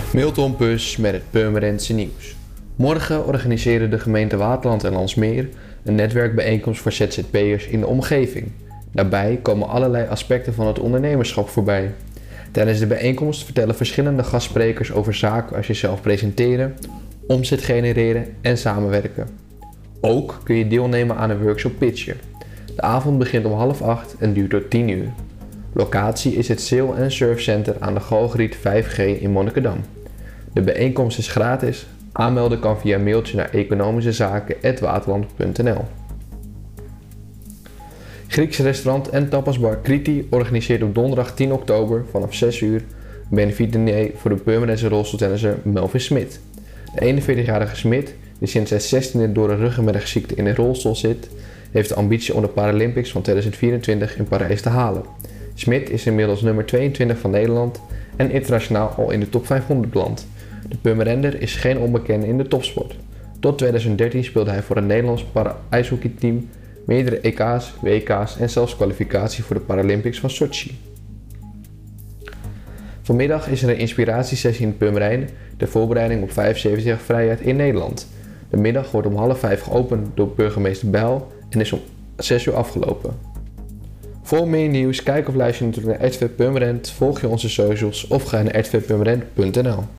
Milton Pus met het Purmerendse nieuws. Morgen organiseren de gemeente Waterland en Landsmeer een netwerkbijeenkomst voor ZZP'ers in de omgeving. Daarbij komen allerlei aspecten van het ondernemerschap voorbij. Tijdens de bijeenkomst vertellen verschillende gastsprekers over zaken als jezelf presenteren, omzet genereren en samenwerken. Ook kun je deelnemen aan een workshop pitchen. De avond begint om 7:30 en duurt tot 10 uur. Locatie is het Sale & Surf Center aan de Galgriet 5G in Monnikendam. De bijeenkomst is gratis. Aanmelden kan via mailtje naar economischezaken@waterland.nl. Grieks restaurant en tapasbar Kriti organiseert op donderdag 10 oktober vanaf 6 uur een benefietdiner voor de Purmerendse rolstoeltennisser Melvin Smit. De 41-jarige Smit, die sinds zijn 16e door een ruggenmergziekte in een rolstoel zit, heeft de ambitie om de Paralympics van 2024 in Parijs te halen. Smit is inmiddels nummer 22 van Nederland en internationaal al in de top 500 beland. De Purmerender is geen onbekende in de topsport. Tot 2013 speelde hij voor het Nederlands para-ijshockeyteam meerdere EK's, WK's en zelfs kwalificatie voor de Paralympics van Sochi. Vanmiddag is er een inspiratiesessie in het Purmerijn ter voorbereiding op 75 vrijheid in Nederland. De middag wordt om 4:30 geopend door burgemeester Bijl en is om 6 uur afgelopen. Voor meer nieuws, kijk of luister natuurlijk naar RTV Purmerend, volg je onze socials of ga naar rtvpurmerend.nl.